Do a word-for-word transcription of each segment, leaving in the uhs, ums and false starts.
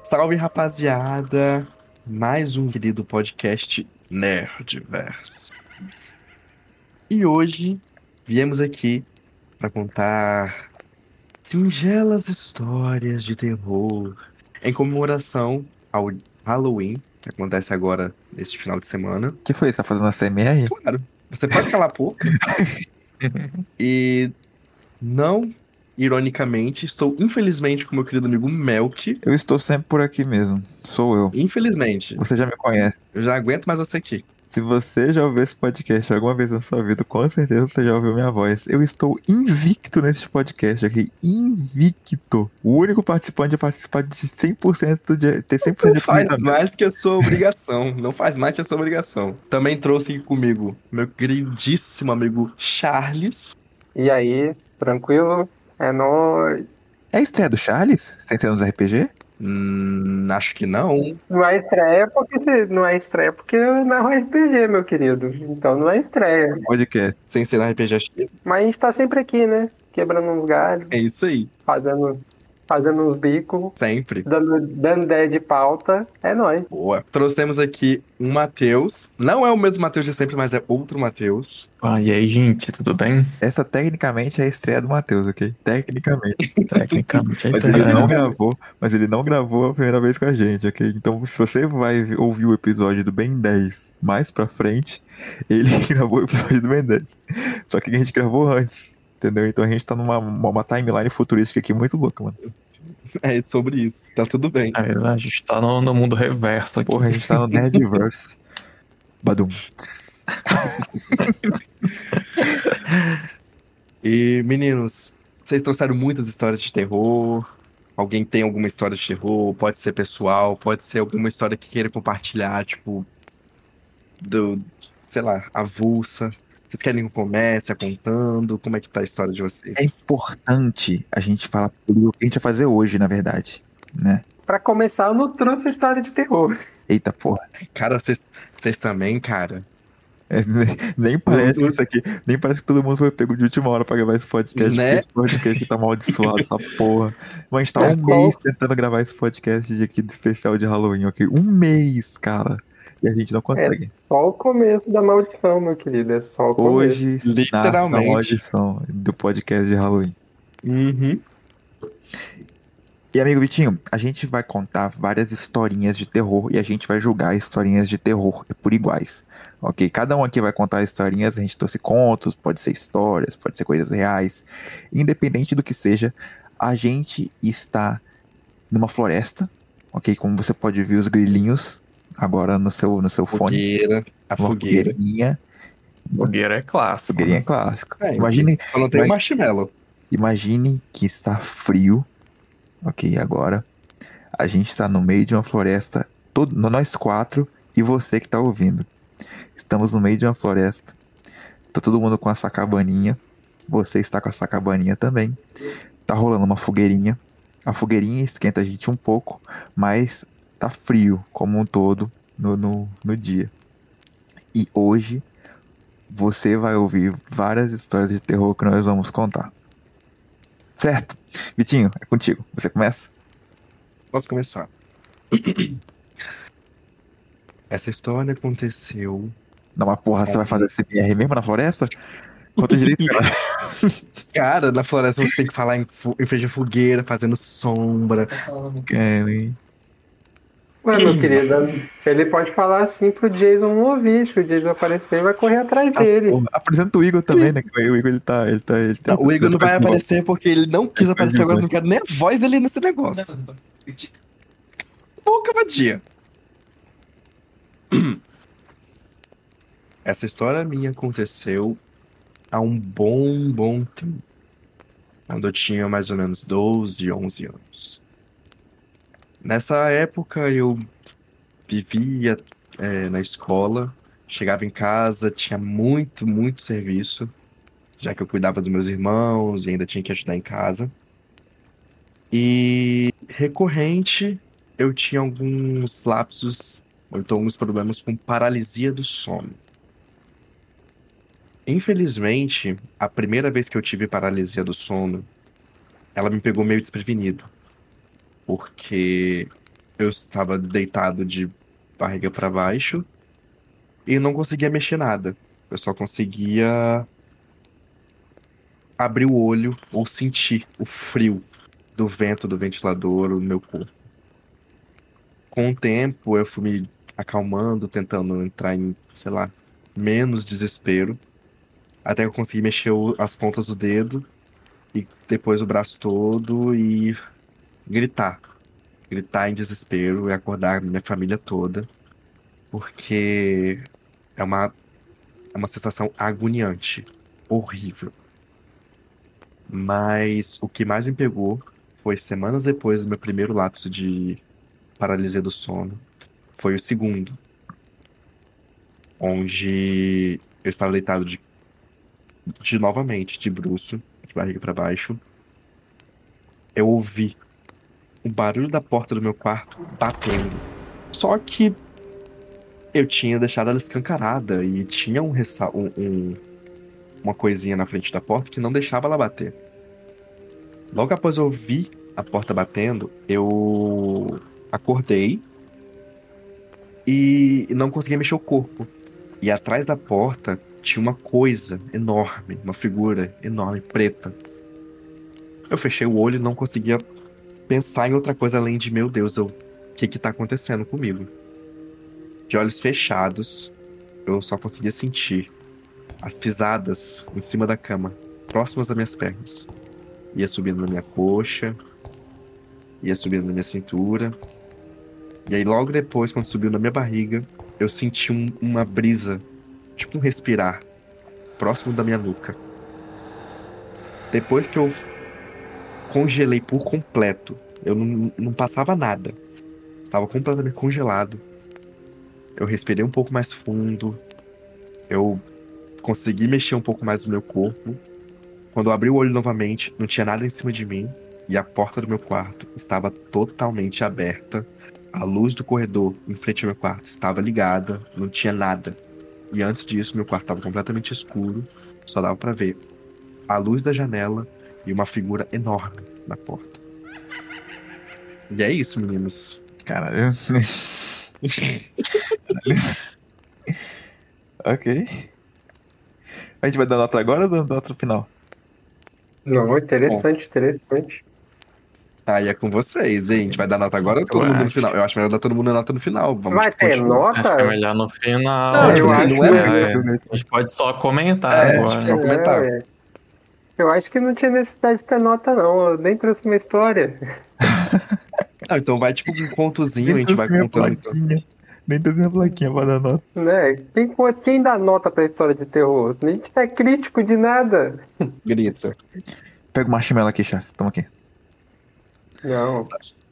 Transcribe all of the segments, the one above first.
Salve, rapaziada! Mais um querido podcast Nerdverse. E hoje viemos aqui para contar singelas histórias de terror em comemoração ao Halloween, que acontece agora neste final de semana. Que foi? Você tá fazendo a C M R? Claro, você pode calar a boca. E não, ironicamente, estou infelizmente com meu querido amigo Melk. Eu estou sempre por aqui mesmo. Sou eu. Infelizmente, Você já me conhece. eu já aguento mais você aqui. Se você já ouviu esse podcast alguma vez na sua vida, com certeza você já ouviu minha voz. Eu estou invicto nesse podcast aqui. Invicto. O único participante a participar de cem por cento de ter cem por cento Não de faz aproveitamento. mais que a sua obrigação. Não faz mais que a sua obrigação. Também trouxe aqui comigo meu queridíssimo amigo Charles. E aí, tranquilo? É nóis. É a estreia do Charles? Sem ser nos R P G? Hum, acho que não. Não é estreia porque se não é estreia porque eu narro R P G, meu querido. Então não é estreia. Podcast. Sem ser na R P G, acho que Mas a gente tá sempre aqui, né? Quebrando uns galhos, é isso aí. fazendo, fazendo uns bicos, Sempre. dando, dando ideia de pauta. É nóis. Boa. Trouxemos aqui um Matheus. Não é o mesmo Matheus de sempre, mas é outro Matheus. Ah, e aí, gente, tudo bem? Essa tecnicamente é a estreia do Matheus, ok? Tecnicamente. Tecnicamente é Mas ele estranho. não gravou, mas ele não gravou a primeira vez com a gente, ok? Então, se você vai ouvir o episódio do Ben dez mais pra frente, ele gravou o episódio do Ben dez. Só que a gente gravou antes, entendeu? Então a gente tá numa uma timeline futurística aqui muito louca, mano. É sobre isso. Tá tudo bem. É, a gente tá no, no mundo reverso aqui. Porra, a gente tá no Nerdverse. Badum. E, meninos, vocês trouxeram muitas histórias de terror. Alguém tem alguma história de terror? Pode ser pessoal, pode ser alguma história que queira compartilhar, tipo, do, sei lá, avulsa. Vocês querem que eu comece a contando? Como é que tá a história de vocês? É importante a gente falar sobre o que a gente vai fazer hoje, na verdade, né? Pra começar, eu não trouxe história de terror. Eita porra. Cara, vocês, vocês também, cara. É, nem, nem parece O- o- que isso aqui, nem parece que todo mundo foi pego de última hora pra gravar esse podcast, Né? porque esse podcast aqui tá amaldiçoado, essa porra. Mas a gente tá É um só- mês tentando gravar esse podcast de aqui do especial de Halloween, ok? Um mês, cara. E a gente não É consegue. só o começo da maldição, meu querido. É só o começo. Hoje nasce a Literalmente. maldição do podcast de Halloween. Uhum. E amigo Vitinho, a gente vai contar várias historinhas de terror e a gente vai julgar historinhas de terror por iguais, ok? Cada um aqui vai contar historinhas, a gente trouxe contos, pode ser histórias, pode ser coisas reais. Independente do que seja, a gente está numa floresta, ok? Como você pode ver os grilinhos agora no seu, no seu fone. Fogueira. A Uma fogueira. fogueirinha. Fogueira é clássico. Fogueirinha né? clássico. É, Imagine, Só não tem o Mas- marshmallow. imagine que está frio, ok? Agora a gente está no meio de uma floresta, todo, nós quatro e você que está ouvindo. Estamos no meio de uma floresta. Tá todo mundo com a sua cabaninha. Você está com a sua cabaninha também. Tá rolando uma fogueirinha. A fogueirinha esquenta a gente um pouco, mas tá frio como um todo no, no, no dia. E hoje você vai ouvir várias histórias de terror que nós vamos contar. Certo? Vitinho, é contigo. Você começa? Posso começar? Essa história aconteceu. Não, mas porra, você vai fazer C M R mesmo na floresta? Conta direito, cara. Cara, na floresta você tem que falar em, fu- em frente à fogueira, fazendo sombra. Cara, hein? Ué, meu querido, ele pode falar assim pro Jason não ouvir. Se o Jason aparecer, vai correr atrás Ah, dele. porra, apresenta o Igor também, né? que O Igor, ele tá... Ele tá ele tem Não, o Igor não vai ele tá- aparecer porque ele não quis Ele tá aparecer agora, bigode. não quero nem a voz dele nesse negócio. Pouca vadia. Essa história minha aconteceu há um bom, bom tempo. Quando eu tinha mais ou menos doze, onze anos. Nessa época eu vivia é, na escola, chegava em casa, tinha muito, muito serviço, já que eu cuidava dos meus irmãos e ainda tinha que ajudar em casa. E recorrente, eu tinha alguns lapsos, ou então alguns problemas com paralisia do sono. Infelizmente, a primeira vez que eu tive paralisia do sono, ela me pegou meio desprevenido. Porque Eu estava deitado de barriga para baixo e não conseguia mexer nada. Eu só conseguia abrir o olho ou sentir o frio do vento do ventilador no meu corpo. Com o tempo, eu fui me acalmando, tentando entrar em, sei lá, menos desespero, até que eu consegui mexer o- as pontas do dedo e depois o braço todo e gritar. Gritar em desespero e acordar minha família toda, porque é uma, é uma sensação agoniante, horrível. Mas o que mais me pegou foi semanas depois do meu primeiro lapso de paralisia do sono. Foi o segundo, onde eu estava deitado de, de novamente, de bruço, de barriga para baixo. Eu ouvi o barulho da porta do meu quarto batendo. Só que eu tinha deixado ela escancarada e tinha um, ressa- um, um- uma coisinha na frente da porta que não deixava ela bater. Logo após eu ouvir a porta batendo, eu acordei e não conseguia mexer o corpo. E atrás da porta tinha uma coisa enorme, uma figura enorme, preta. Eu fechei o olho e não conseguia pensar em outra coisa além de, meu Deus, eu... o que que tá acontecendo comigo? De olhos fechados, eu só conseguia sentir as pisadas em cima da cama, próximas das minhas pernas. Ia subindo na minha coxa, ia subindo na minha cintura. E aí, logo depois, quando subiu na minha barriga, eu senti um- uma brisa, tipo um respirar, próximo da minha nuca. Depois que eu congelei por completo, eu não, não passava nada. Estava completamente congelado. Eu respirei um pouco mais fundo. Eu consegui mexer um pouco mais do meu corpo. Quando eu abri o olho novamente, não tinha nada em cima de mim. E a porta do meu quarto estava totalmente aberta. A luz do corredor em frente ao meu quarto estava ligada. Não tinha nada. E antes disso, meu quarto estava completamente escuro. Só dava pra ver a luz da janela e uma figura enorme na porta. E é isso, meninos. Caralho. Ok. A gente vai dar nota agora ou dar nota no final? Não, interessante, interessante. Aí é com vocês, hein? A gente vai dar nota agora ou Eu todo mundo no acho. final? Eu acho melhor dar todo mundo a nota no final. Vamos, Vai tipo, ter continuar. Acho que é nota? melhor no final. Não, Não, tipo eu assim, acho não é. É, Eu- a gente pode só comentar É, agora. tipo, só comentar. É, eu acho que não tinha necessidade de ter nota, não. Eu nem trouxe uma história. Ah, então vai tipo um contozinho, a Nem gente trouxe vai minha contando então. plaquinha. Nem trouxe minha plaquinha pra dar nota. Né? Quem, quem dá nota pra história de terror? A gente é crítico de nada. Grita. Pega o marshmallow aqui, Charles. Toma aqui. Não,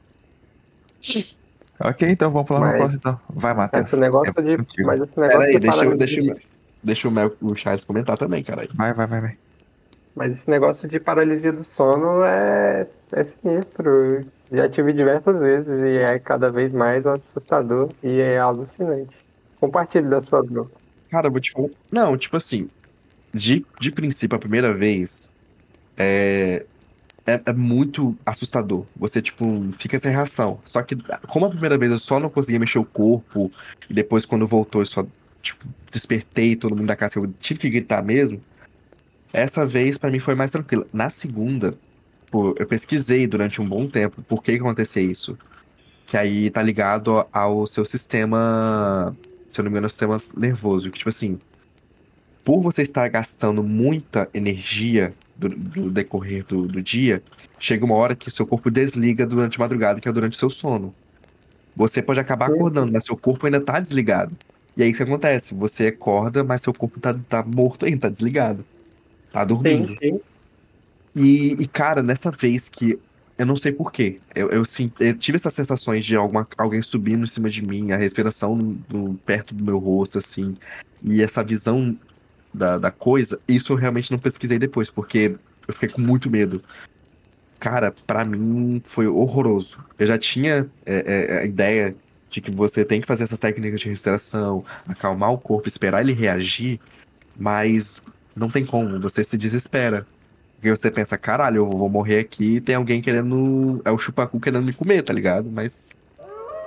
Ok, então vamos falar uma mas próxima então. Vai, Matheus. esse negócio É de. contigo. Mas esse Pera negócio aí, de deixa, eu- deixa, paralisia. eu- deixa o, Mel, o Charles comentar também, caralho. Vai, vai, vai, vai. Mas esse negócio de paralisia do sono é, é sinistro. Já tive diversas vezes e é cada vez mais assustador e é alucinante. Compartilhe da sua dor. Cara, eu vou te falar. Não, tipo assim, de, de princípio, a primeira vez é, é, é muito assustador. Você, tipo, fica sem reação. Só que, como a primeira vez eu só não conseguia mexer o corpo, e depois, quando voltou, eu só, tipo, despertei todo mundo da casa, que eu tive que gritar mesmo. Essa vez, pra mim, foi mais tranquila. Na segunda, pô, eu pesquisei durante um bom tempo por que que acontecia isso. Que aí tá ligado ao seu sistema, se eu não me engano, é o sistema nervoso. Que, tipo assim, por você estar gastando muita energia do, do decorrer do, do dia, chega uma hora que seu corpo desliga durante a madrugada, que é durante o seu sono. Você pode acabar acordando, mas seu corpo ainda tá desligado. E aí o que acontece? Você acorda, mas seu corpo tá, tá morto ainda, tá desligado. Tá Sim, dormindo. sim. E, e, cara, nessa vez que eu não sei por quê, eu, eu, sim- eu tive essas sensações de alguma, alguém subindo em cima de mim, a respiração do, perto do meu rosto, assim, e essa visão da, da coisa, isso eu realmente não pesquisei depois, porque eu fiquei com muito medo. Cara, pra mim foi horroroso. Eu já tinha é, é, a ideia de que você tem que fazer essas técnicas de respiração, acalmar o corpo, esperar ele reagir, mas não tem como, você se desespera. Porque você pensa, caralho, eu vou morrer aqui e tem alguém querendo. É o chupacu querendo me comer, tá ligado? Mas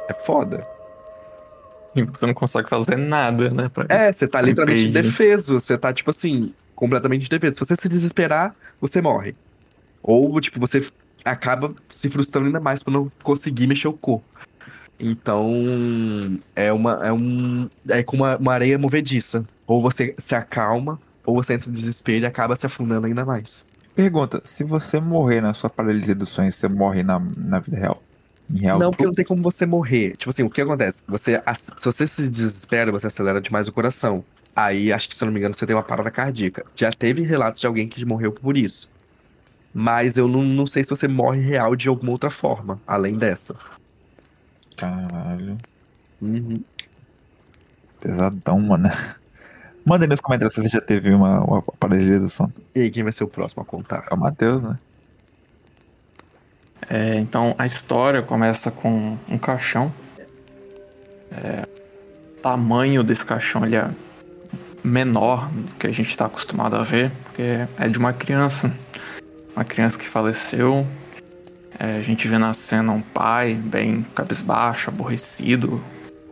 É foda. E você não consegue fazer nada, né? Pra, É, você tá pra literalmente impedir. indefeso. Você tá, tipo assim, completamente indefeso. Se você se desesperar, você morre. Ou, tipo, você acaba se frustrando ainda mais por não conseguir mexer o corpo. Então, é uma, é um, é como uma, uma areia movediça. Ou você se acalma, ou você entra em desespero e acaba se afundando ainda mais. Pergunta, se você morrer na sua paralisia dos sonhos, você morre na, na vida real? Em real Não, porque true? não tem como você morrer. Tipo assim, o que acontece? Você, ac- se você se desespera, você acelera demais o coração. Aí, acho que, se eu não me engano, você tem uma parada cardíaca. Já teve relatos de alguém que morreu por isso. Mas eu não, não sei se você morre real de alguma outra forma, além dessa. Caralho, Uhum. pesadão, mano. Manda aí nos comentários se você já teve uma, uma paralisia do sono. E aí, quem vai ser o próximo a É o contar? Matheus, né? É, então a história começa com um caixão. O tamanho desse caixão ele é menor do que a gente está acostumado a ver, porque é de uma criança. Uma criança que faleceu. É, a gente vê na cena um pai bem cabisbaixo, aborrecido.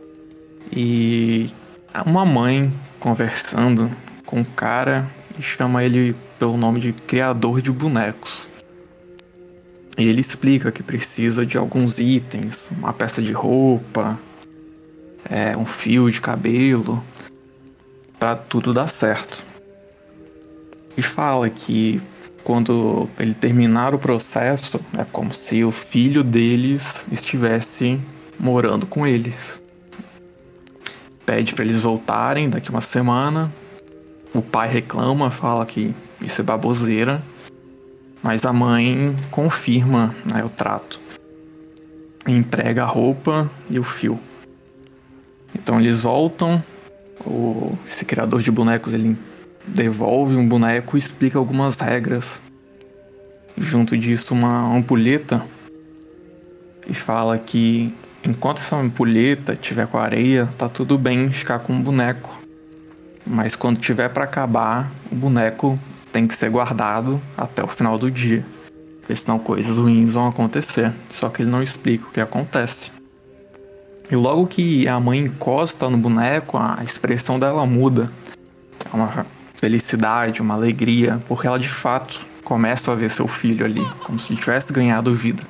E uma mãe conversando com um cara e chama ele pelo nome de criador de bonecos. E ele explica que precisa de alguns itens, uma peça de roupa, é, um fio de cabelo, para tudo dar certo. E fala que quando ele terminar o processo, é como se o filho deles estivesse morando com eles. Pede para eles voltarem daqui uma semana. O pai reclama, fala que isso é baboseira, mas a mãe confirma, né, o trato. Entrega a roupa e o fio. Então eles voltam. O, esse criador de bonecos ele devolve um boneco e explica algumas regras. Junto disso, uma ampulheta. E fala que enquanto essa ampulheta tiver com areia, tá tudo bem ficar com o boneco. Mas quando tiver para acabar, o boneco tem que ser guardado até o final do dia. Porque senão coisas ruins vão acontecer. Só que ele não explica o que acontece. E logo que a mãe encosta no boneco, a expressão dela muda. É uma felicidade, uma alegria, porque ela de fato começa a ver seu filho ali, como se ele tivesse ganhado vida.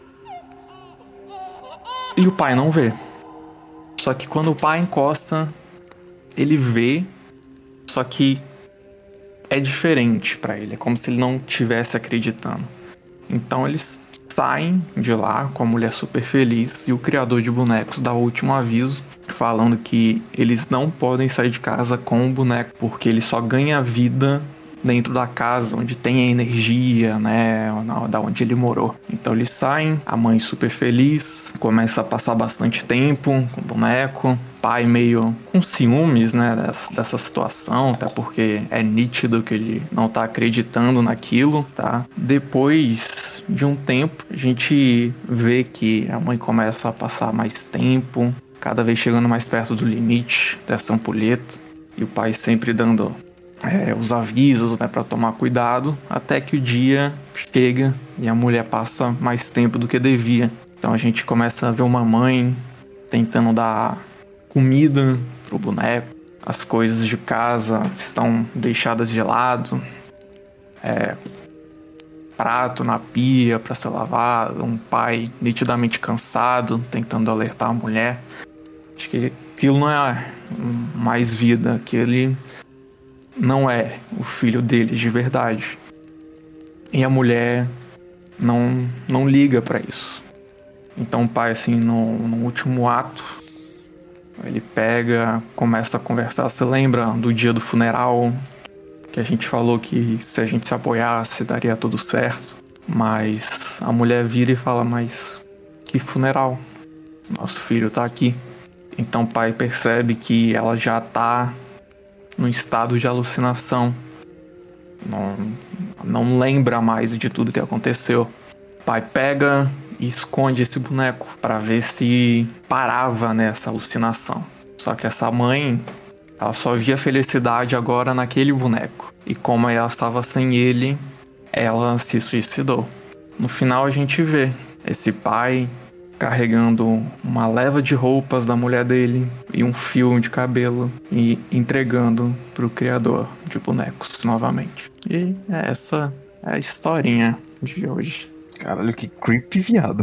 E o pai não vê. Só que quando o pai encosta, ele vê, só que é diferente pra ele, é como se ele não estivesse acreditando. Então eles saem de lá com a mulher super feliz e o criador de bonecos dá o último aviso, falando que eles não podem sair de casa com o boneco, porque ele só ganha vida dentro da casa, onde tem a energia, né, da onde ele morou. Então eles saem, a mãe super feliz, começa a passar bastante tempo com o boneco, pai meio com ciúmes, né, dessa, dessa situação, até porque é nítido que ele não tá acreditando naquilo, tá? Depois de um tempo, a gente vê que a mãe começa a passar mais tempo, cada vez chegando mais perto do limite dessa ampulheta, e o pai sempre dando é, os avisos, né, para tomar cuidado, até que o dia chega e a mulher passa mais tempo do que devia. Então a gente começa a ver uma mãe tentando dar comida pro boneco, as coisas de casa estão deixadas de lado, é, prato na pia para ser lavado, um pai nitidamente cansado, tentando alertar a mulher. Acho que aquilo não é mais vida, que ele não é o filho dele de verdade. E a mulher não, não liga para isso. Então o pai, assim, no, no último ato, ele pega, começa a conversar. Você lembra do dia do funeral? Que a gente falou que se a gente se apoiasse, daria tudo certo. Mas a mulher vira e fala, mas que funeral? Nosso filho tá aqui. Então o pai percebe que ela já tá num estado de alucinação. Não, não lembra mais de tudo que aconteceu. O pai pega e esconde esse boneco para ver se parava nessa alucinação. Só que essa mãe, ela só via felicidade agora naquele boneco. E como ela estava sem ele, ela se suicidou. No final a gente vê esse pai carregando uma leva de roupas da mulher dele e um fio de cabelo e entregando pro criador de bonecos novamente. E essa é a historinha de hoje. Caralho, que creepy, viado.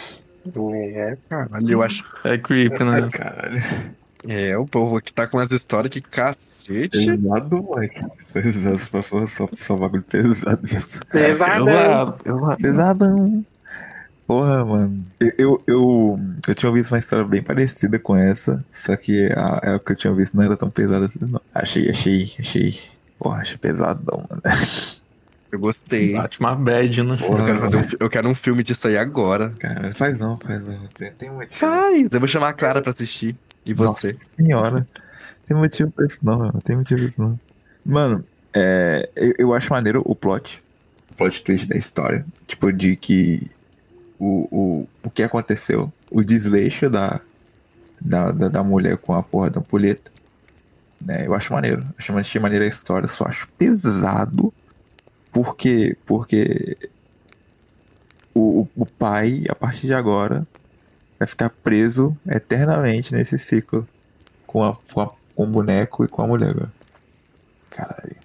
É, Caralho, eu acho. É creepy, né? Caralho. É, o povo aqui tá com umas histórias que cacete. Pesado, moleque. Pesado, só, só, só, só bagulho pesado mesmo. Pesadão. Exato, exato. Pesadão. Porra, mano. Eu, eu, eu, eu tinha visto uma história bem parecida com essa, só que a época que eu tinha visto não era tão pesada assim, não. Achei, achei, achei. Porra, achei pesadão, mano. Eu gostei. Bate uma bad, né? Eu quero, fazer um, fi- eu quero um filme disso aí agora. Cara, faz não, faz não. Tem, tem um motivo. Faz! Eu vou chamar a Clara pra assistir. E você? Nossa senhora. Tem motivo pra isso não, mano. Tem motivo pra isso não. Mano, é, eu, eu acho maneiro o plot. O plot twist da história. Tipo, de que o, o, o que aconteceu. O desleixo da, da, da, da mulher com a porra da ampulheta. Né? Eu acho maneiro. Acho, achei maneiro a história. Só acho pesado. Porque, porque o, o, o pai, a partir de agora, vai ficar preso eternamente nesse ciclo. Com, a, com, a, com o boneco e com a mulher agora. Caralho.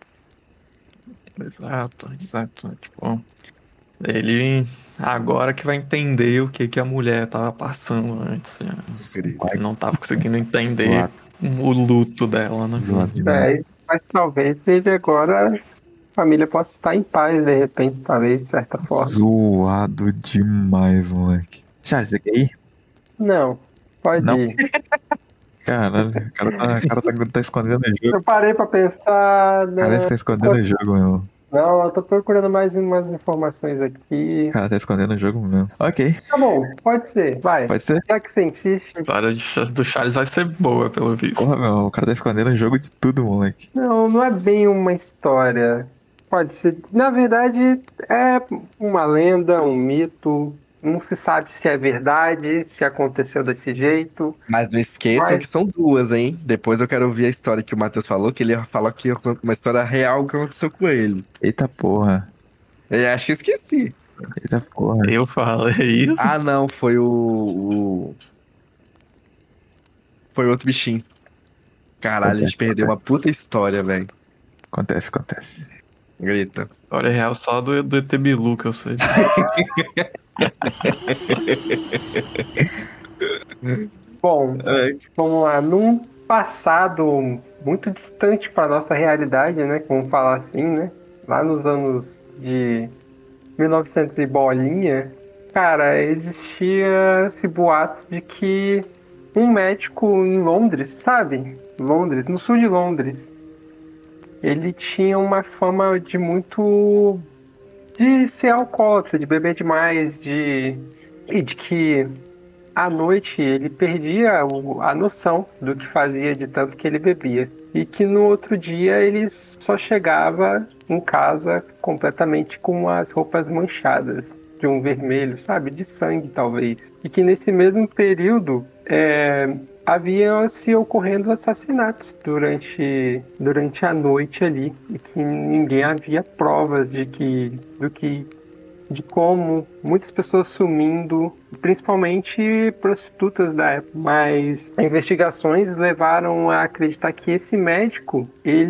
Exato, exato. Tipo, ele agora que vai entender o que, que a mulher tava passando antes. Né? Pai, Não tava conseguindo entender zoado, o luto dela, né? zoado demais. É, mas talvez ele agora a família possa estar em paz, de repente, talvez, de certa forma. Zoado demais, moleque. Charles, você quer ir? Não, pode Não. ir. Caralho, o cara tá, o cara tá, tá escondendo o jogo. Eu parei pra pensar. O cara Não, tá escondendo o jogo, meu. não, eu tô procurando mais umas informações aqui. O cara tá escondendo o jogo mesmo. Ok, Tá bom, pode ser, vai. pode ser? Já que você insiste. A história de- do Charles vai ser boa, pelo visto. Porra, meu, o cara tá escondendo o jogo de tudo, moleque. Não, não é bem uma história. Pode ser. Na verdade, é uma lenda, um mito. Não se sabe se é verdade, se aconteceu desse jeito. Mas não esqueçam Vai. que são duas, hein? Depois eu quero ouvir a história que o Matheus falou, que ele falou que uma história real que aconteceu com ele. Eita porra. Eu acho que eu esqueci. Eita porra. Eu falei isso. Ah, não, foi o, o- Foi outro bichinho. Caralho, a gente perdeu uma puta história, velho. Acontece, acontece. Grita. História real só do, do E T Bilu, que eu sei. Bom, vamos lá. Num passado muito distante para nossa realidade, né? Vamos falar assim, né? Lá nos anos de mil e novecentos e bolinha, cara, existia esse boato de que um médico em Londres, sabe? Londres, no sul de Londres, ele tinha uma fama de muito... de ser alcoólatra, de beber demais, de... e de que à noite ele perdia o- a noção do que fazia de tanto que ele bebia. E que no outro dia ele só chegava em casa completamente com as roupas manchadas de um vermelho, sabe? De sangue, talvez. E que nesse mesmo período é, havia se ocorrendo assassinatos durante, durante a noite ali. E que ninguém havia provas de que, do que de como muitas pessoas sumindo, principalmente prostitutas da época. Mas investigações levaram a acreditar que esse médico,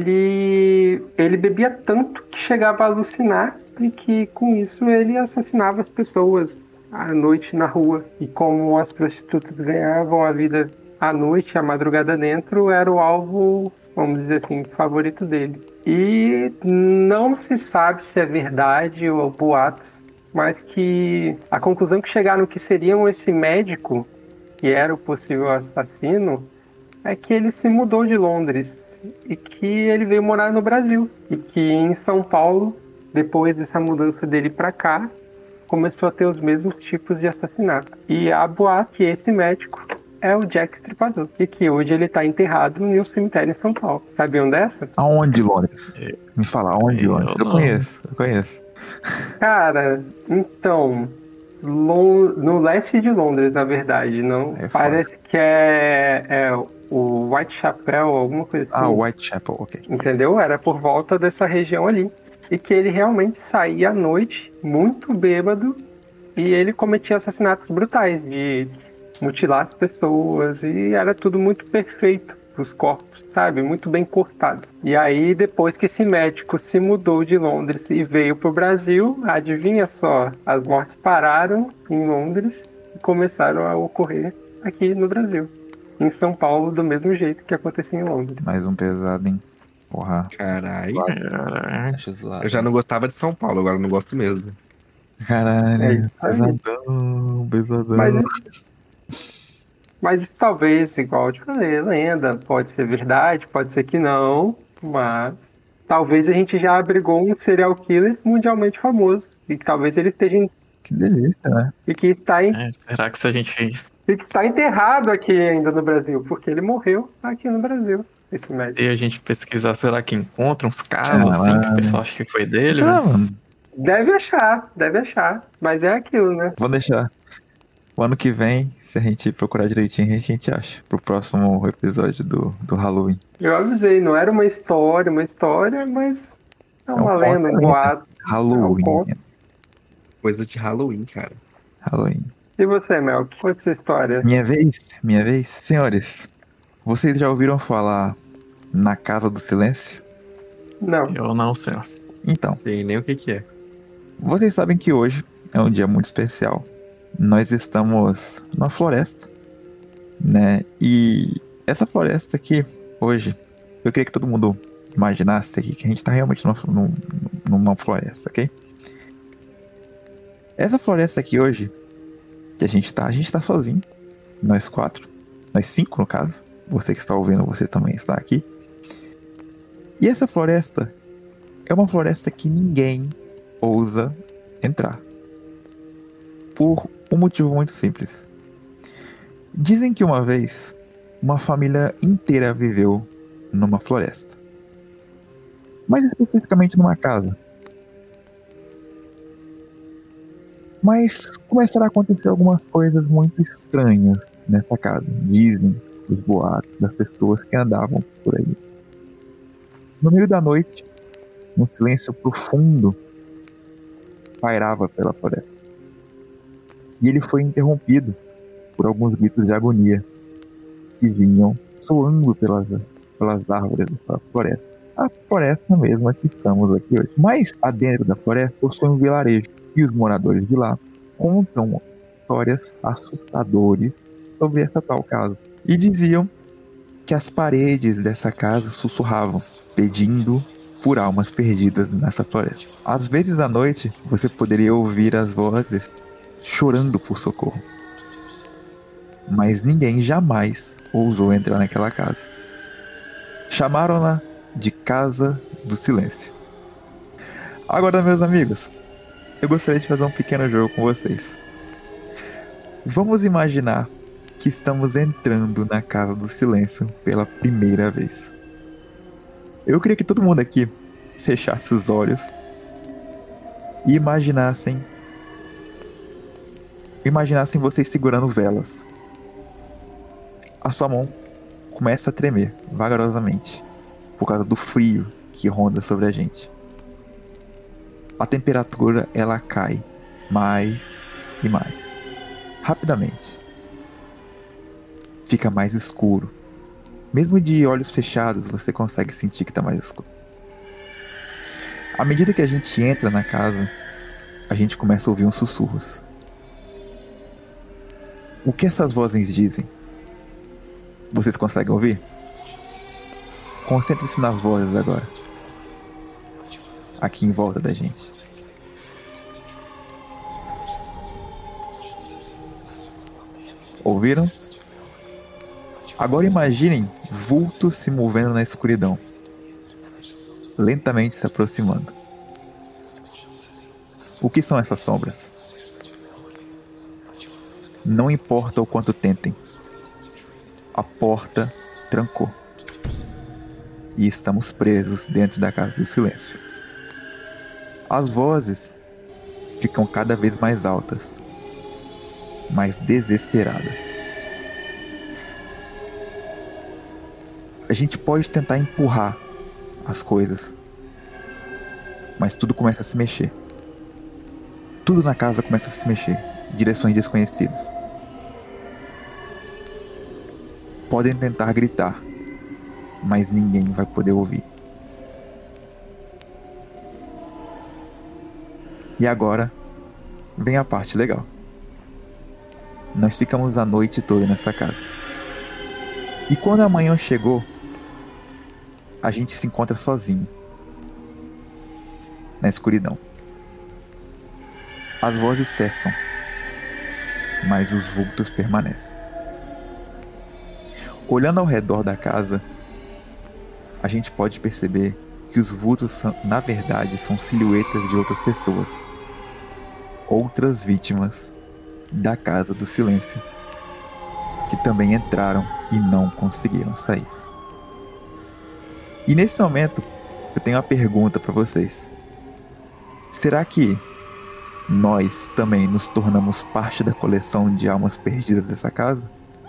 ele, ele bebia tanto que chegava a alucinar e que com isso ele assassinava as pessoas à noite na rua. E como as prostitutas ganhavam a vida à noite, a madrugada dentro, era o alvo, vamos dizer assim, favorito dele. E não se sabe se é verdade ou boato, mas que a conclusão que chegaram que seriam esse médico, que era o possível assassino, é que ele se mudou de Londres e que ele veio morar no Brasil. E que em São Paulo, depois dessa mudança dele para cá, começou a ter os mesmos tipos de assassinato. E há boato que esse médico é o Jack Stripador. E que hoje ele está enterrado em um cemitério em São Paulo. Sabiam dessa? Aonde, Londres? Me fala, aonde, Eu Londres? Eu não. conheço, eu conheço. Cara, então, Lon- no leste de Londres, na verdade, não. É foda. Parece que é, é o Whitechapel, alguma coisa assim. Ah, Whitechapel, ok. Entendeu? Era por volta dessa região ali. E que ele realmente saía à noite, muito bêbado, e ele cometia assassinatos brutais, de mutilar as pessoas, e era tudo muito perfeito, os corpos, sabe? Muito bem cortados. E aí, depois que esse médico se mudou de Londres e veio pro Brasil, adivinha só, as mortes pararam em Londres e começaram a ocorrer aqui no Brasil. Em São Paulo, do mesmo jeito que acontecia em Londres. Mais um pesado, hein? Porra, Caralho. Caralho. acho zoado. Eu já não gostava de São Paulo, agora eu não gosto mesmo. Caralho, É isso aí. pesadão, pesadão. Mas, mas isso talvez, igual eu te falei, lenda, pode ser verdade, pode ser que não, mas talvez a gente já abrigou um serial killer mundialmente famoso. E que talvez ele esteja em, Que delícia, né? e que está em, É, será que se a gente. e que está enterrado aqui ainda no Brasil, porque ele morreu aqui no Brasil, esse médico. Se a gente pesquisar, será que encontra uns casos assim que o Caralho. pessoal acha que foi dele, Sei lá, velho? mano. Deve achar, deve achar, mas é aquilo, né? Vamos deixar. O ano que vem, se a gente procurar direitinho, a gente, a gente acha. Pro próximo episódio do, do Halloween. Eu avisei, não era uma história, uma história, mas é É uma um lenda, um conto, boato. Halloween. É um conto. Coisa de Halloween, cara. Halloween. E você, Mel, conta sua história. Minha vez? Minha vez? Senhores, vocês já ouviram falar na Casa do Silêncio? Não, Eu não sei. Então, Sei nem o que que é. vocês sabem que hoje é um dia muito especial. Nós estamos numa floresta, né? E essa floresta aqui, hoje, eu queria que todo mundo imaginasse aqui que a gente tá realmente numa, num- numa floresta, ok? Essa floresta aqui hoje, que a gente tá, a gente tá sozinho. Nós quatro. Nós cinco, no caso. Você que está ouvindo, você também está aqui. E essa floresta é uma floresta que ninguém ousa entrar. Por um motivo muito simples. Dizem que uma vez, uma família inteira viveu numa floresta. Mais especificamente numa casa. Mas começaram a acontecer algumas coisas muito estranhas nessa casa. Dizem os boatos das pessoas que andavam por aí. No meio da noite, um silêncio profundo pairava pela floresta. E ele foi interrompido por alguns gritos de agonia que vinham soando pelas, pelas árvores dessa floresta. A floresta mesma que estamos aqui hoje. Mas adentro da floresta possui um vilarejo. E os moradores de lá contam histórias assustadoras sobre essa tal casa. E diziam que as paredes dessa casa sussurravam, pedindo por almas perdidas nessa floresta. Às vezes à noite, você poderia ouvir as vozes chorando por socorro. Mas ninguém jamais ousou entrar naquela casa. Chamaram-na de Casa do Silêncio. Agora, meus amigos, eu gostaria de fazer um pequeno jogo com vocês. Vamos imaginar que estamos entrando na Casa do Silêncio pela primeira vez. Eu queria que todo mundo aqui fechasse os olhos e imaginassem imaginassem vocês segurando velas. A sua mão começa a tremer vagarosamente por causa do frio que ronda sobre a gente. A temperatura ela cai mais e mais. Rapidamente. Fica mais escuro. Mesmo de olhos fechados, você consegue sentir que está mais escuro. À medida que a gente entra na casa, a gente começa a ouvir uns sussurros. O que essas vozes dizem? Vocês conseguem ouvir? Concentre-se nas vozes agora. Aqui em volta da gente. Ouviram? Agora imaginem vultos se movendo na escuridão, lentamente se aproximando. O que são essas sombras? Não importa o quanto tentem, a porta trancou. E estamos presos dentro da Casa do Silêncio. As vozes ficam cada vez mais altas, mais desesperadas. A gente pode tentar empurrar as coisas, mas tudo começa a se mexer. Tudo na casa começa a se mexer, em direções desconhecidas. Podem tentar gritar, mas ninguém vai poder ouvir. E agora vem a parte legal. Nós ficamos a noite toda nessa casa. E quando a manhã chegou, a gente se encontra sozinho, na escuridão. As vozes cessam, mas os vultos permanecem. Olhando ao redor da casa, a gente pode perceber que os vultos, são, na verdade, são silhuetas de outras pessoas. Outras vítimas da Casa do Silêncio, que também entraram e não conseguiram sair. E nesse momento, eu tenho uma pergunta para vocês. Será que nós também nos tornamos parte da coleção de almas perdidas dessa casa?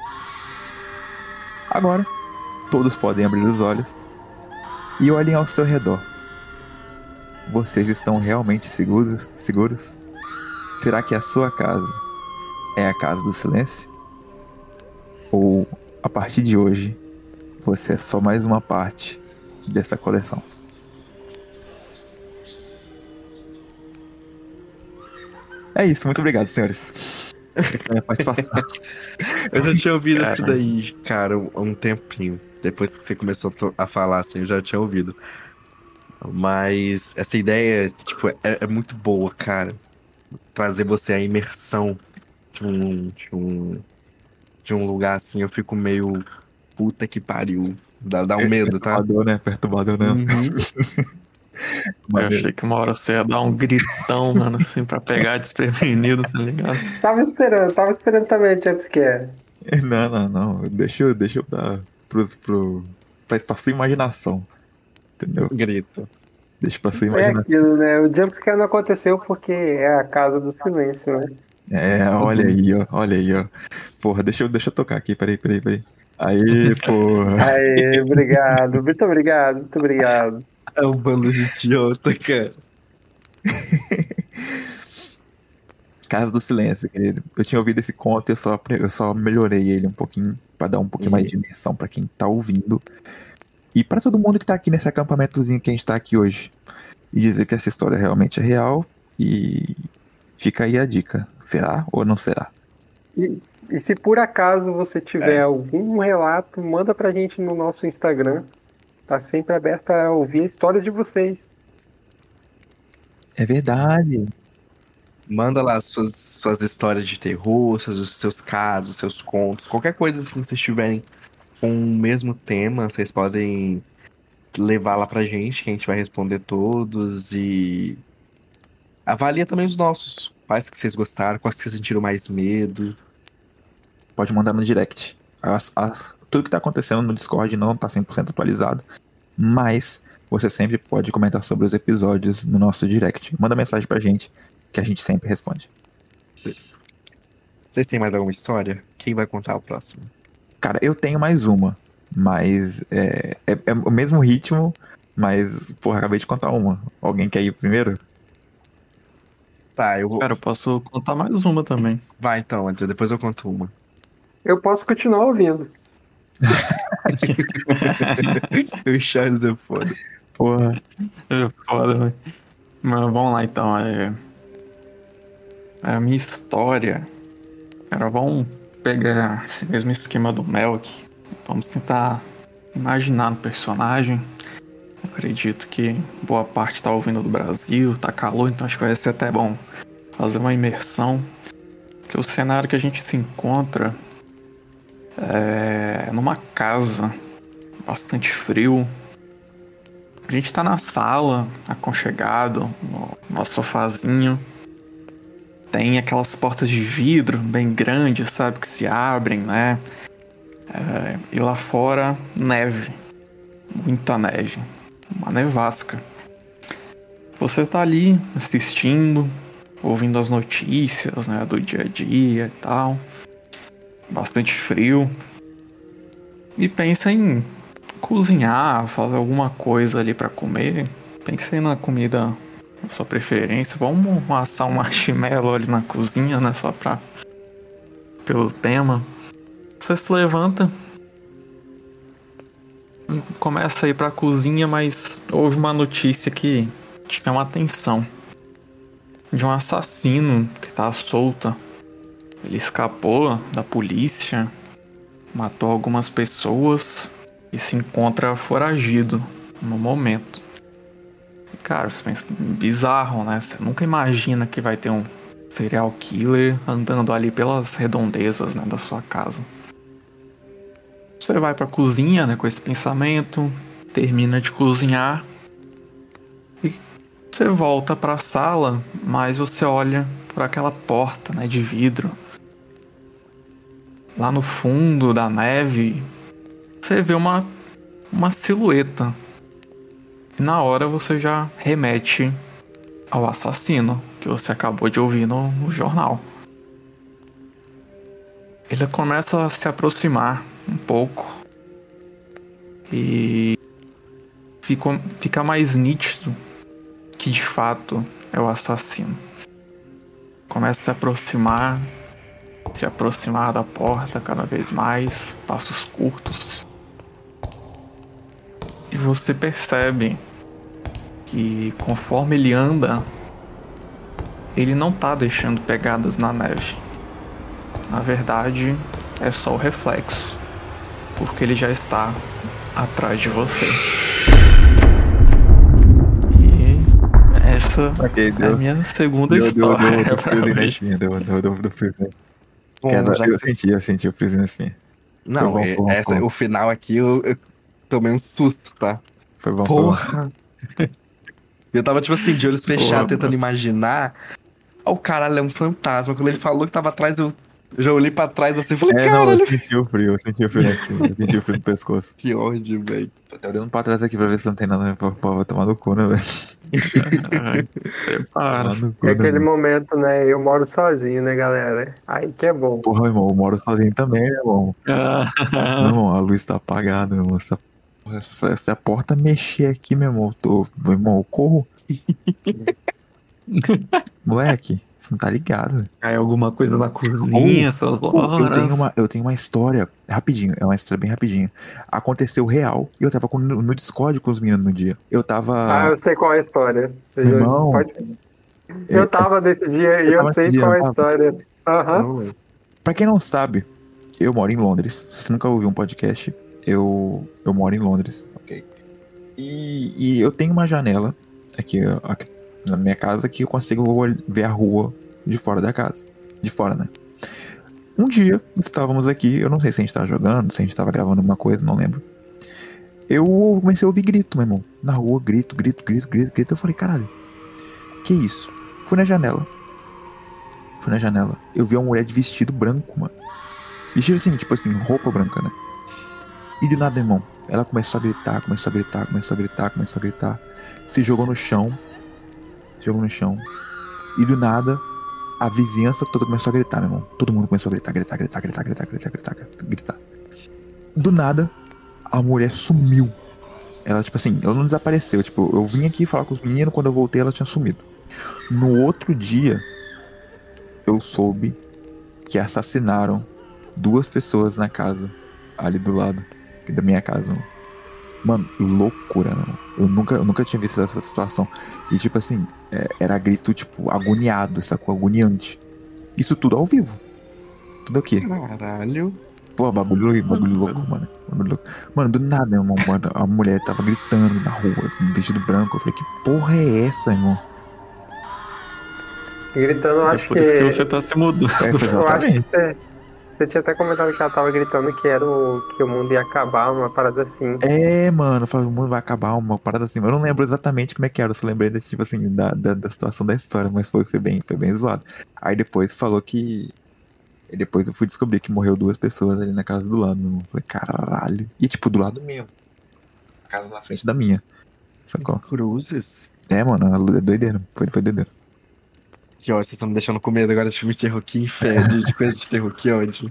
Agora, todos podem abrir os olhos e olhem ao seu redor. Vocês estão realmente seguros? seguros? Será que a sua casa é a Casa do Silêncio? Ou, a partir de hoje, você é só mais uma parte dessa coleção? É isso, muito obrigado, senhores. Eu já tinha ouvido Cara. isso daí, cara, há um tempinho. Depois que você começou a to- a falar, assim, eu já tinha ouvido. Mas essa ideia, tipo, é, é muito boa, cara. Trazer você à imersão de um, de um, de um lugar assim, eu fico meio puta que pariu. Dá, dá um medo, tá? Perturbador, né? Perturbador, né? Uhum. Eu achei que uma hora você ia dar um gritão, mano, assim, pra pegar desprevenido, tá ligado? Tava esperando, tava esperando também o jumpscare. Não, não, não. Deixa, deixa pra, pro, pro, pra, pra sua imaginação. Entendeu? Grito. Deixa pra sua É imaginação. aquilo, né? O jumpscare não aconteceu porque é a Casa do Silêncio, né? É, olha aí, ó. Olha aí, ó. Porra, deixa eu, deixa eu tocar aqui. Peraí, peraí, peraí. Aí, porra. Aê, obrigado, muito obrigado, muito obrigado. É um bando de idiota, cara. Casa do Silêncio, querido. Eu tinha ouvido esse conto e eu só, eu só melhorei ele um pouquinho pra dar um pouquinho mais de imersão pra quem tá ouvindo. E pra todo mundo que tá aqui nesse acampamentozinho que a gente tá aqui hoje. E dizer que essa história realmente é real. E fica aí a dica. Será ou não será? E, e se por acaso você tiver É. algum relato, manda pra gente no nosso Instagram. Tá sempre aberto a ouvir histórias de vocês. É verdade. Manda lá suas, suas histórias de terror, seus, seus casos, seus contos, qualquer coisa assim que vocês tiverem com o mesmo tema, vocês podem levar lá pra gente, que a gente vai responder todos e avalia também os nossos. Quais que vocês gostaram, quais que vocês sentiram mais medo. Pode mandar no direct. As- as- tudo que tá acontecendo no Discord não tá cem por cento atualizado. Mas você sempre pode comentar sobre os episódios no nosso direct. Manda mensagem pra gente, que a gente sempre responde. Vocês têm mais alguma história? Quem vai contar o próximo? Cara, eu tenho mais uma. Mas é, é, é o mesmo ritmo. Mas, porra, acabei de contar uma. Alguém quer ir primeiro? Tá, eu vou. Cara, eu posso contar mais uma também. Vai então, André, depois eu conto uma. Eu posso continuar ouvindo. O Charles é foda. Porra. É foda, velho. Mas vamos lá então. É... A minha história. Cara, vamos pegar esse mesmo esquema do Melk. Vamos tentar imaginar no personagem. Eu acredito que boa parte tá ouvindo do Brasil, tá calor, então acho que vai ser até bom fazer uma imersão. Porque o cenário que a gente se encontra é numa casa bastante frio. A gente tá na sala, aconchegado, no nosso sofazinho. Tem aquelas portas de vidro bem grandes, sabe, que se abrem, né? É, e lá fora, neve. Muita neve. Uma nevasca. Você tá ali assistindo, ouvindo as notícias, né, do dia a dia e tal. Bastante frio. E pensa em cozinhar, fazer alguma coisa ali pra comer. Pensei na comida a sua preferência. Vamos assar um marshmallow ali na cozinha, né? Só pra... pelo tema. Você se levanta, começa a ir pra cozinha, mas houve uma notícia que te chama a atenção. De um assassino que tá solto. Ele escapou da polícia, matou algumas pessoas e se encontra foragido no momento. Cara, você pensa, bizarro, né? Você nunca imagina que vai ter um serial killer andando ali pelas redondezas, né, da sua casa. Você vai pra cozinha, né, com esse pensamento, termina de cozinhar e você volta pra sala, mas você olha por aquela porta, né, de vidro. Lá no fundo da neve, você vê uma, uma silhueta. E na hora você já remete ao assassino que você acabou de ouvir no, no jornal. Ele começa a se aproximar um pouco. E fica, fica mais nítido que de fato é o assassino. Começa a se aproximar. Se aproximar da porta cada vez mais, passos curtos. E você percebe que conforme ele anda, ele não tá deixando pegadas na neve. Na verdade, é só o reflexo, porque ele já está atrás de você. E essa Ok, é deu. a minha segunda Deu, deu, história. deu, deu pra friozinho na hoje. espinha, deu, deu, deu, deu friozinho. Bom, Cara, já eu que- senti, eu senti o friozinho na espinha. Não, bom, é- foi bom, essa, foi bom. o final aqui eu, eu tomei um susto, tá? Foi bom, foi bom. Porra! Eu tava, tipo assim, de olhos fechados, Boa, tentando imaginar. Ó, o caralho, é um fantasma. Quando ele falou que tava atrás, eu eu já olhei pra trás assim e falei, É, não, eu caralho, senti o frio, eu senti o frio na espinha, eu senti o frio no pescoço. que ódio, velho. Tô até olhando pra trás aqui pra ver se não tem nada pra, pra tomar no cu, né, velho? Prepara. Tomar no cu, É né, aquele velho? momento, né? Eu moro sozinho, né, galera? Aí que é bom. Porra, meu irmão, eu moro sozinho também, meu irmão. Meu irmão, a luz tá apagada, meu irmão. Se a, porra, se, se a porta mexer aqui, meu irmão, eu tô, meu irmão, eu corro. Moleque, você não tá ligado, velho. Cai alguma coisa na cozinha, essas Oh, eu horas. tenho uma, eu tenho uma história, rapidinho, é uma história bem rapidinha. Aconteceu real e eu tava com, no, no Discord com os meninos no dia. Eu Ah, tava. eu sei qual é a história. Você Meu já- irmão, Pode... é, Eu tava nesse dia você e eu tava nesse sei dia, qual não é a tava? história. Aham. Não, velho. Pra quem não sabe, eu moro em Londres. Se você nunca ouviu um podcast, eu, eu moro em Londres, ok? E, e eu tenho uma janela aqui, aqui na minha casa que eu consigo ol- ver a rua de fora da casa. De fora, né? Um dia, estávamos aqui, eu não sei se a gente tava jogando, se a gente tava gravando alguma coisa, não lembro. Eu comecei a ouvir grito, meu irmão. Na rua, grito, grito, grito, grito, grito. Eu falei, caralho, que isso? Fui na janela. Fui na janela. Eu vi uma mulher de vestido branco, mano. Vestido assim, tipo assim, roupa branca, né? E do nada, irmão, ela começou a gritar, começou a gritar, começou a gritar, começou a gritar. Se jogou no chão. Se jogou no chão. E do nada, a vizinhança toda começou a gritar, meu irmão. Todo mundo começou a gritar, gritar, gritar, gritar, gritar, gritar, gritar, gritar, gritar. Do nada, a mulher sumiu. Ela, tipo assim, ela não desapareceu. Tipo, eu vim aqui falar com os meninos, quando eu voltei ela tinha sumido. No outro dia, eu soube que assassinaram duas pessoas na casa, ali do lado da minha casa, mano. Mano, loucura, mano. Eu nunca, eu nunca tinha visto essa situação. E tipo assim, é, era grito, tipo, agoniado, sacou? Agoniante. Isso tudo ao vivo. Tudo o quê? Caralho. Pô, bagulho, bagulho louco, mano. Bagulho louco. Mano, do nada, meu irmão, mano, a mulher tava gritando na rua, com vestido branco. Eu falei, que porra é essa, irmão? Gritando, eu É acho por que. isso que você tá se mudando. É, Eu acho que exatamente. você, você tinha até comentado que ela tava gritando que era o, que o mundo ia acabar, uma parada assim. É, mano, eu falei, o mundo vai acabar, uma parada assim. Eu não lembro exatamente como é que era, eu só lembrei desse, tipo assim, da, da, da situação da história, mas foi, foi, bem, foi bem zoado. Aí depois falou que. E depois eu fui descobrir que morreu duas pessoas ali na casa do lado, meu irmão. Eu falei, caralho. E tipo, do lado mesmo. A casa na frente da minha. Sacou? Cruzes. É, mano, é doideira. Foi, foi doideira. Que ódio, vocês estão me deixando com medo agora de filme de terror. Que inferno, de, de coisa de terror, que ódio.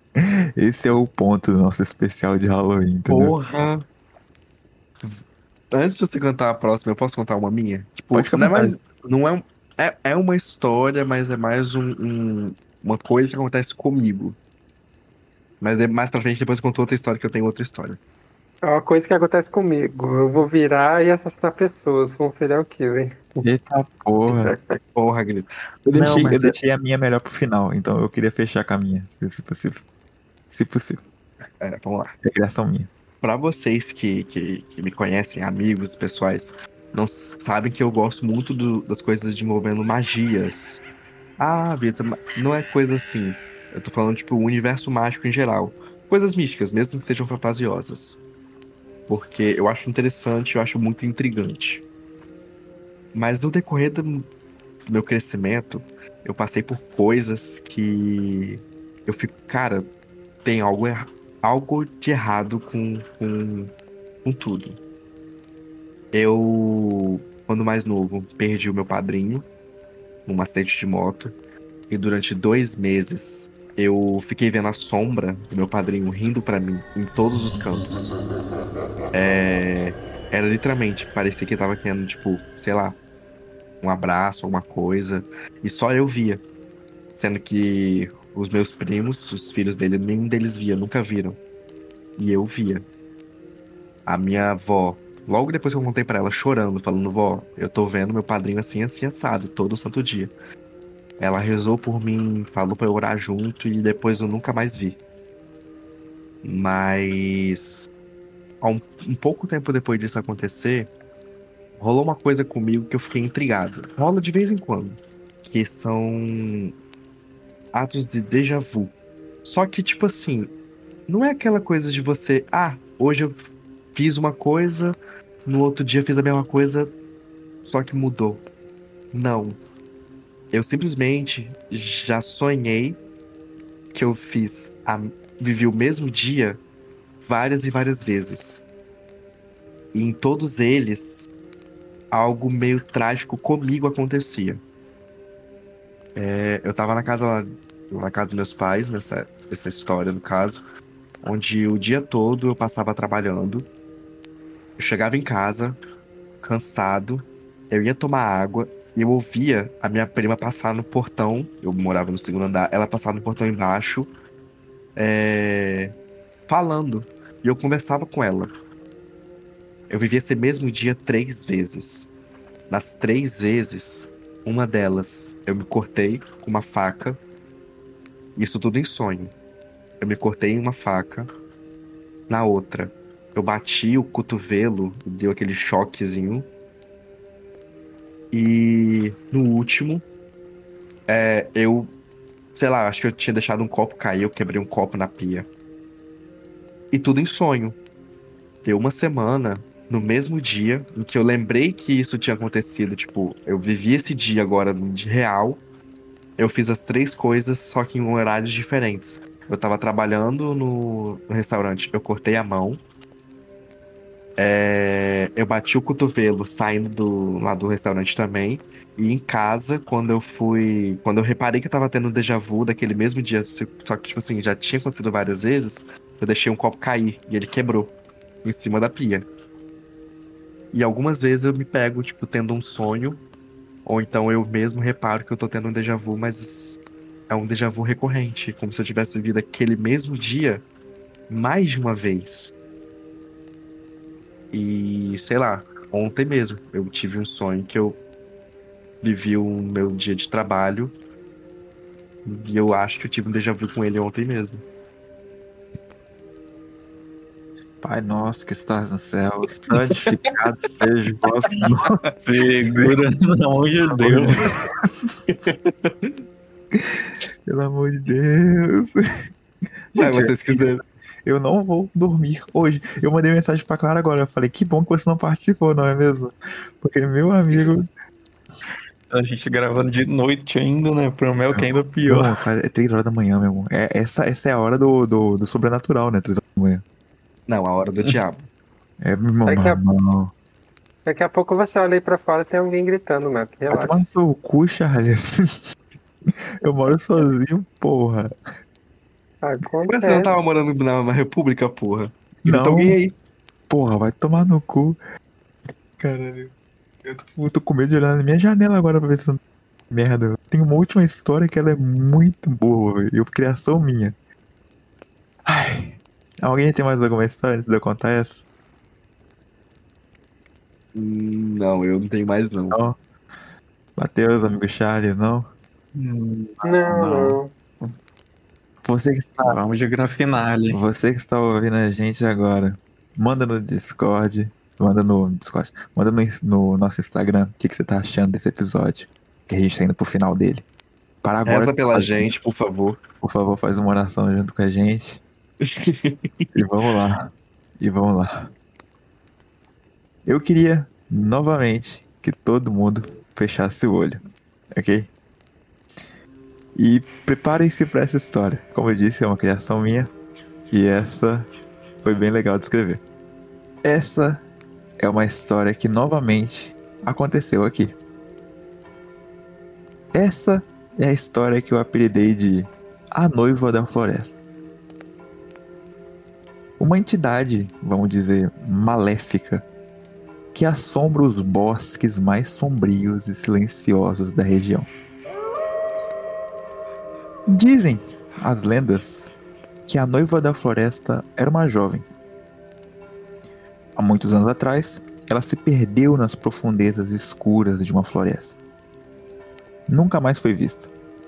Esse é o ponto do nosso especial de Halloween, entendeu? Porra. Antes de você contar a próxima, eu posso contar uma minha? Tipo, Pode ficar à não é vontade. mais. Não é, um- é, é uma história, mas é mais um, um- uma coisa que acontece comigo. Mas é mais pra frente, depois eu conto outra história que eu tenho outra história. É uma coisa que acontece comigo. Eu vou virar e assassinar pessoas. Sou um serial killer. Eita porra. Porra, Grito. Eu Não, deixei, eu mas é. deixei a minha melhor pro final, então eu queria fechar com a minha, se se possível. Se possível. É, vamos lá. É criação minha. Pra vocês que, que, que me conhecem, amigos pessoais, não s- sabem que eu gosto muito do- das coisas de envolvendo magias. Ah, Vitor, ma- não é coisa assim. Eu tô falando, tipo, o universo mágico em geral. Coisas místicas, mesmo que sejam fantasiosas. Porque eu acho interessante, eu acho muito intrigante. Mas no decorrer do do meu crescimento, eu passei por coisas que eu fico, cara, tem algo, erra- algo de errado com, com, com tudo. Eu, quando mais novo, perdi o meu padrinho num acidente de moto. E durante dois meses eu fiquei vendo a sombra do meu padrinho rindo pra mim em todos os cantos. É, Era literalmente, parecia que ele tava querendo, tipo, sei lá, um abraço, alguma coisa. E só eu via. Sendo que os meus primos, os filhos dele, nenhum deles via, nunca viram. E eu via. A minha avó, logo depois que eu contei pra ela, chorando, falando: vó, eu tô vendo meu padrinho assim, assim, assado, todo santo dia. Ela rezou por mim, falou pra eu orar junto e depois eu nunca mais vi. Mas, há um, um pouco tempo depois disso acontecer, rolou uma coisa comigo que eu fiquei intrigado. Rola de vez em quando, que são atos de déjà vu. Só que, tipo assim, não é aquela coisa de você, ah, hoje eu fiz uma coisa, no outro dia fiz a mesma coisa, só que mudou. Não. Eu simplesmente já sonhei que eu fiz, a, vivi o mesmo dia várias e várias vezes. E em todos eles, algo meio trágico comigo acontecia. É, eu tava na casa lá, na casa dos meus pais, nessa, nessa história, no caso, onde o dia todo eu passava trabalhando. Eu chegava em casa, cansado, eu ia tomar água e eu ouvia a minha prima passar no portão. Eu morava no segundo andar, ela passava no portão embaixo, é, falando. E eu conversava com ela. Eu vivi esse mesmo dia três vezes. Nas três vezes, uma delas eu me cortei com uma faca. Isso tudo em sonho. Eu me cortei em uma faca. Na outra, eu bati o cotovelo, deu aquele choquezinho. E no último, é, eu, sei lá, acho que eu tinha deixado um copo cair, eu quebrei um copo na pia. E tudo em sonho. Deu uma semana, no mesmo dia, em que eu lembrei que isso tinha acontecido. Tipo, eu vivi esse dia agora de real. Eu fiz as três coisas, só que em horários diferentes. Eu tava trabalhando no, no restaurante, eu cortei a mão. É, eu bati o cotovelo saindo do, lá do restaurante também. E em casa, quando eu fui. Quando eu reparei que eu tava tendo um déjà vu daquele mesmo dia, se- só que, tipo assim, já tinha acontecido várias vezes, eu deixei um copo cair e ele quebrou em cima da pia. E algumas vezes eu me pego, tipo, tendo um sonho, ou então eu mesmo reparo que eu tô tendo um déjà vu, mas é um déjà vu recorrente, como se eu tivesse vivido aquele mesmo dia mais de uma vez. E sei lá, ontem mesmo eu tive um sonho que eu vivi o meu dia de trabalho e eu acho que eu tive um déjà vu com ele ontem mesmo. Pai nosso que estás no céu, santificado seja o vosso nome. Segura, pelo amor de Deus. Pelo amor de Deus. Mas Gente, vocês quiserem. eu não vou dormir hoje. Eu mandei mensagem pra Clara agora. Eu falei, que bom que você não participou, não é mesmo? Porque, meu amigo. A gente gravando de noite ainda, né? Pro Mel que é ainda pior. Não, cara, é três horas da manhã, meu irmão. É, essa, essa é a hora do, do, do sobrenatural, né? Três horas da manhã. Não, a hora do diabo. É, meu irmão, Daqui a, não. daqui a pouco você olha aí pra fora e tem alguém gritando, Mel. Vai Relaxa. tomar no seu cu, Charles. Eu moro sozinho, porra. Ah, Mas você não acontece. tava morando na, na República, porra? Grita Não. alguém aí. Porra, vai tomar no cu. caralho. Eu tô, eu tô com medo de olhar na minha janela agora pra ver se não tem merda. Tem uma última história que ela é muito boa, velho. Eu, criação minha. Ai. Alguém tem mais alguma história antes de eu contar essa? Hum, Não, eu não tenho mais não. Não. Matheus, amigo Charles, não? Hum, Não, Não. não. Você que está, Vamos de gran finale. você que está ouvindo a gente agora, manda no Discord, manda no Discord, manda no, no nosso Instagram o que, que você tá achando desse episódio, que a gente tá indo pro final dele. Para agora, Reza pela faz- gente, por favor. por favor, faz uma oração junto com a gente. E vamos lá. E vamos lá. Eu queria, novamente, que todo mundo fechasse o olho, ok? E preparem-se para essa história. Como eu disse, é uma criação minha. E essa foi bem legal de escrever. Essa é uma história que novamente aconteceu aqui. Essa é a história que eu apelidei de A Noiva da Floresta. Uma entidade, vamos dizer, maléfica, que assombra os bosques mais sombrios e silenciosos da região. Dizem as lendas que a Noiva da Floresta era uma jovem. Há muitos anos atrás, ela se perdeu nas profundezas escuras de uma floresta. Nunca mais foi vista.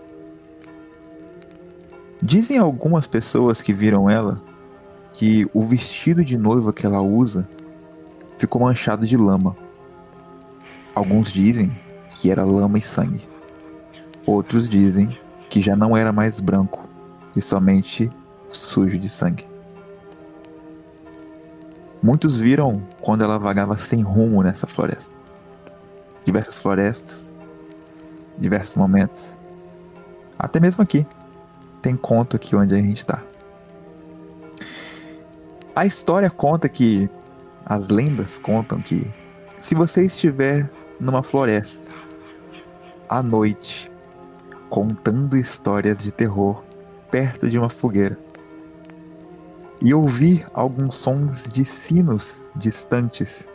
Dizem algumas pessoas que viram ela que o vestido de noiva que ela usa ficou manchado de lama. Alguns dizem que era lama e sangue. Outros dizem que já não era mais branco e somente sujo de sangue. Muitos viram quando ela vagava sem rumo nessa floresta. Diversas florestas, diversos momentos. Até mesmo aqui. Tem conto aqui onde a gente está. A história conta que... As lendas contam que... Se você estiver numa floresta, à noite, contando histórias de terror, perto de uma fogueira, e ouvir alguns sons de sinos distantes,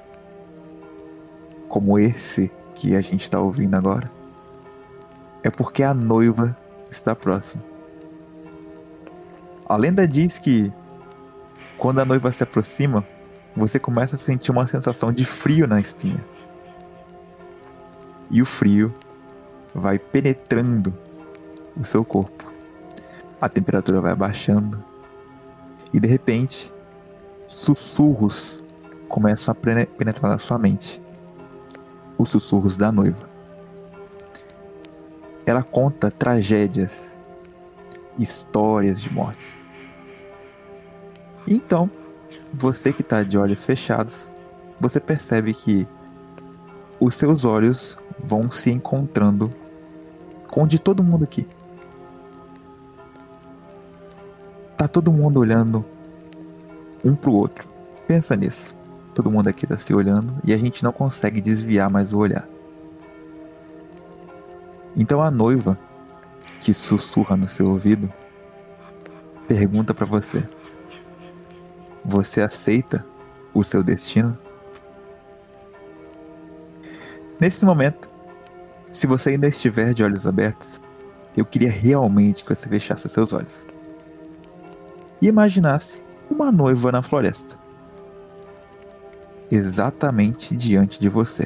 como esse que a gente está ouvindo agora, é porque a noiva está próxima. A lenda diz que quando a noiva se aproxima, você começa a sentir uma sensação de frio na espinha. E o frio vai penetrando o seu corpo. A temperatura vai baixando. E de repente, sussurros começam a penetrar na sua mente. Os sussurros da noiva. Ela conta tragédias, histórias de mortes. Então, você que está de olhos fechados, você percebe que os seus olhos vão se encontrando com o de todo mundo aqui. Tá todo mundo olhando um pro outro. Pensa nisso. Todo mundo aqui tá se olhando e a gente não consegue desviar mais o olhar. Então a noiva, que sussurra no seu ouvido, pergunta pra você: você aceita o seu destino? Nesse momento, se você ainda estiver de olhos abertos, eu queria realmente que você fechasse seus olhos e imaginasse uma noiva na floresta, exatamente diante de você.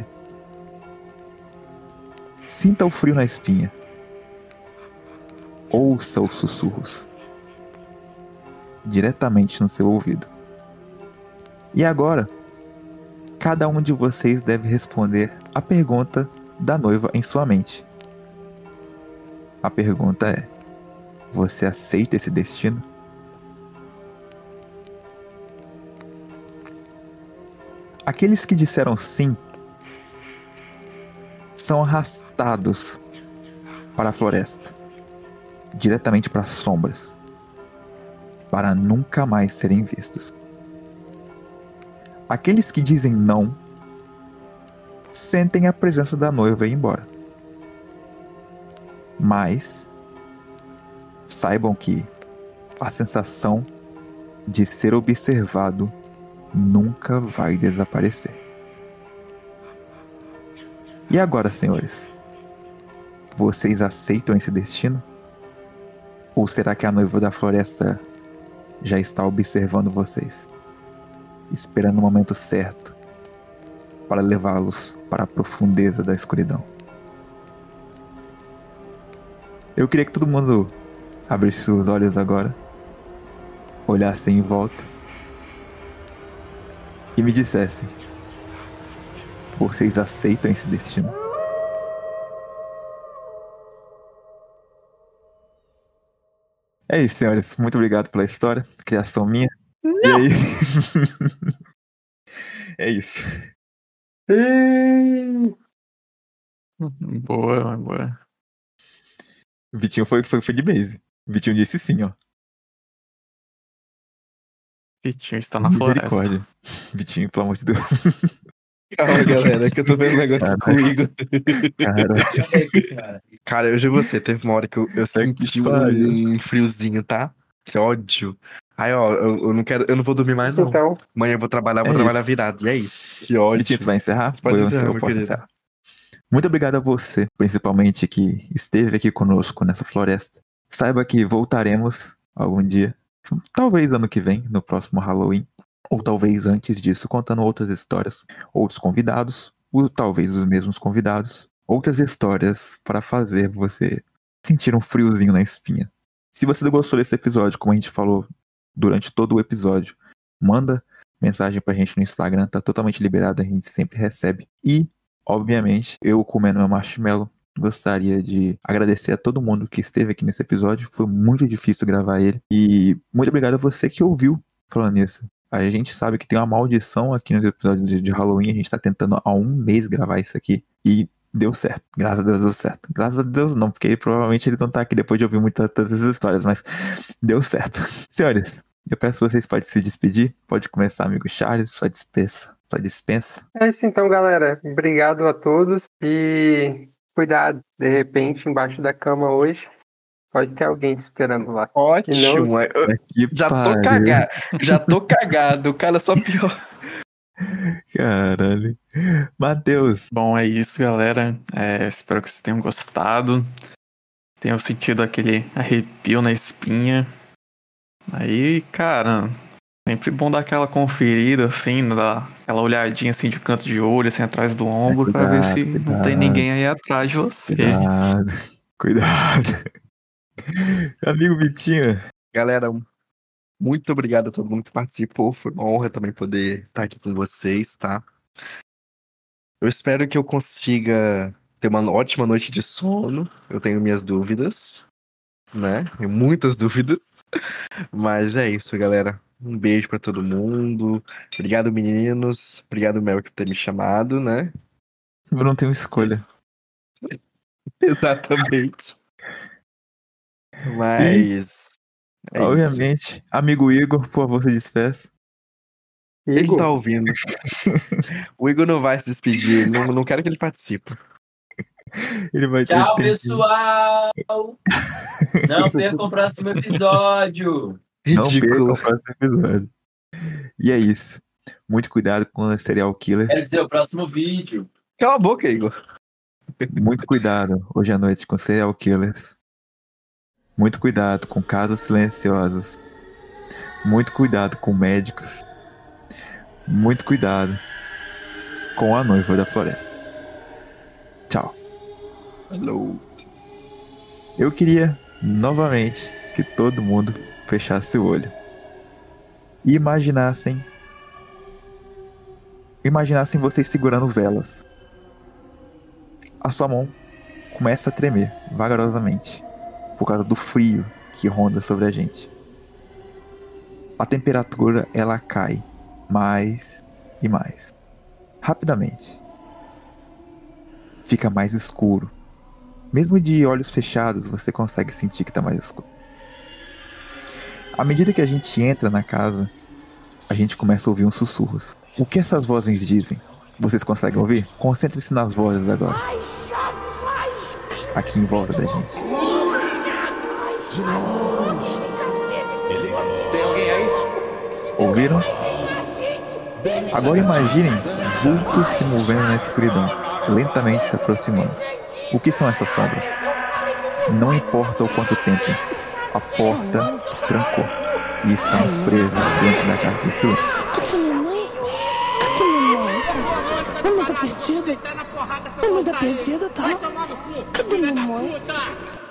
Sinta o frio na espinha. Ouça os sussurros diretamente no seu ouvido. E agora, cada um de vocês deve responder a pergunta da noiva em sua mente. A pergunta é: você aceita esse destino? Aqueles que disseram sim são arrastados para a floresta, diretamente para as sombras, para nunca mais serem vistos. Aqueles que dizem não sentem a presença da noiva e ir embora. Mas saibam que a sensação de ser observado nunca vai desaparecer. E agora, senhores? Vocês aceitam esse destino? Ou será que a noiva da floresta já está observando vocês, esperando o momento certo para levá-los para a profundeza da escuridão? Eu queria que todo mundo abrisse os olhos agora, olhasse em volta e me dissessem: vocês aceitam esse destino? É isso, senhores. Muito obrigado pela história. Criação minha. Não. E aí? É isso. Boa, boa. Vitinho foi, foi, foi de base. Vitinho disse sim, ó. Vitinho está na floresta. Misericórdia. Vitinho, pelo amor de Deus. Calma, galera, que eu tô vendo um negócio Caraca. comigo. Cara, Cara, eu juro você, teve uma hora que eu, eu Tá que senti pariu. um friozinho, tá? Que ódio. Aí, ó, eu, eu não quero, eu não vou dormir mais, Isso, não. então. Amanhã eu vou trabalhar, vou É trabalhar isso. virado. E é isso. Que ódio. Vitinho, você vai encerrar? Você pode Ou eu, encerrar, eu meu posso querido. encerrar? Muito obrigado a você, principalmente, que esteve aqui conosco nessa floresta. Saiba que voltaremos algum dia. Talvez ano que vem, no próximo Halloween. Ou talvez antes disso, contando outras histórias. Outros convidados. Ou talvez os mesmos convidados. Outras histórias para fazer você sentir um friozinho na espinha. Se você gostou desse episódio, como a gente falou durante todo o episódio, manda mensagem pra gente no Instagram. Tá totalmente liberado, a gente sempre recebe. E, obviamente, eu comendo meu marshmallow, gostaria de agradecer a todo mundo que esteve aqui nesse episódio. Foi muito difícil gravar ele. E muito obrigado a você que ouviu falando nisso. A gente sabe que tem uma maldição aqui nos episódios de, de Halloween. A gente tá tentando há um mês gravar isso aqui. E deu certo. Graças a Deus deu certo. Graças a Deus não, porque provavelmente ele não tá aqui depois de ouvir muitas dessas histórias. Mas deu certo. Senhores, eu peço que vocês podem se despedir. Pode começar, amigo Charles. Sua dispensa. Sua dispensa. É isso então, galera. Obrigado a todos e cuidado. De repente, embaixo da cama hoje, pode ter alguém te esperando lá. Ótimo. Eu- Aqui, já tô pariu. cagado. Já tô cagado. O cara só pior. Caralho. Matheus. Bom, é isso, galera. É, espero que vocês tenham gostado. Tenham sentido aquele arrepio na espinha. Aí, cara, sempre bom dar aquela conferida, assim, dar aquela olhadinha assim de canto de olho, assim, atrás do ombro, pra ver se Cuidado, não tem cuidado. ninguém aí atrás de você. Cuidado. Cuidado. Amigo Vitinho. Galera, muito obrigado a todo mundo que participou. Foi uma honra também poder estar aqui com vocês, tá? Eu espero que eu consiga ter uma ótima noite de sono. Eu tenho minhas dúvidas, né? Tenho muitas dúvidas. Mas é isso, galera. Um beijo pra todo mundo. Obrigado, meninos. Obrigado, Mel, por ter me chamado, né? Eu não tenho escolha. Exatamente. Mas. É isso. Obviamente. Amigo Igor, por favor, se despeça. Ele Igor, tá ouvindo. O Igor não vai se despedir. Não, não quero que ele participe. Ele vai Tchau, ter que- pessoal! Não percam o próximo episódio! Não Ridículo. perca o próximo episódio. E é isso. Muito cuidado com os serial killers. Quero dizer, o próximo vídeo. Cala a boca, Igor. Muito cuidado hoje à noite com serial killers. Muito cuidado com casos silenciosos. Muito cuidado com médicos. Muito cuidado com a noiva da floresta. Tchau. Hello. Eu queria, novamente, que todo mundo fechasse o olho. E imaginassem... Imaginassem vocês segurando velas. A sua mão começa a tremer, vagarosamente, por causa do frio que ronda sobre a gente. A temperatura, ela cai mais e mais. Rapidamente. Fica mais escuro. Mesmo de olhos fechados, você consegue sentir que está mais escuro. À medida que a gente entra na casa, a gente começa a ouvir uns sussurros. O que essas vozes dizem? Vocês conseguem ouvir? Concentre-se nas vozes agora. Aqui em volta da gente. Tem alguém aí? Ouviram? Agora imaginem vultos se movendo na escuridão. lentamente se aproximando. O que são essas sombras? Não importa o quanto tentem, a porta trancou e estamos presos dentro da casa do silêncio. Cadê mamãe? Cadê mamãe? Mamãe tá perdida? Mamãe tá perdida, tá? Cadê mamãe?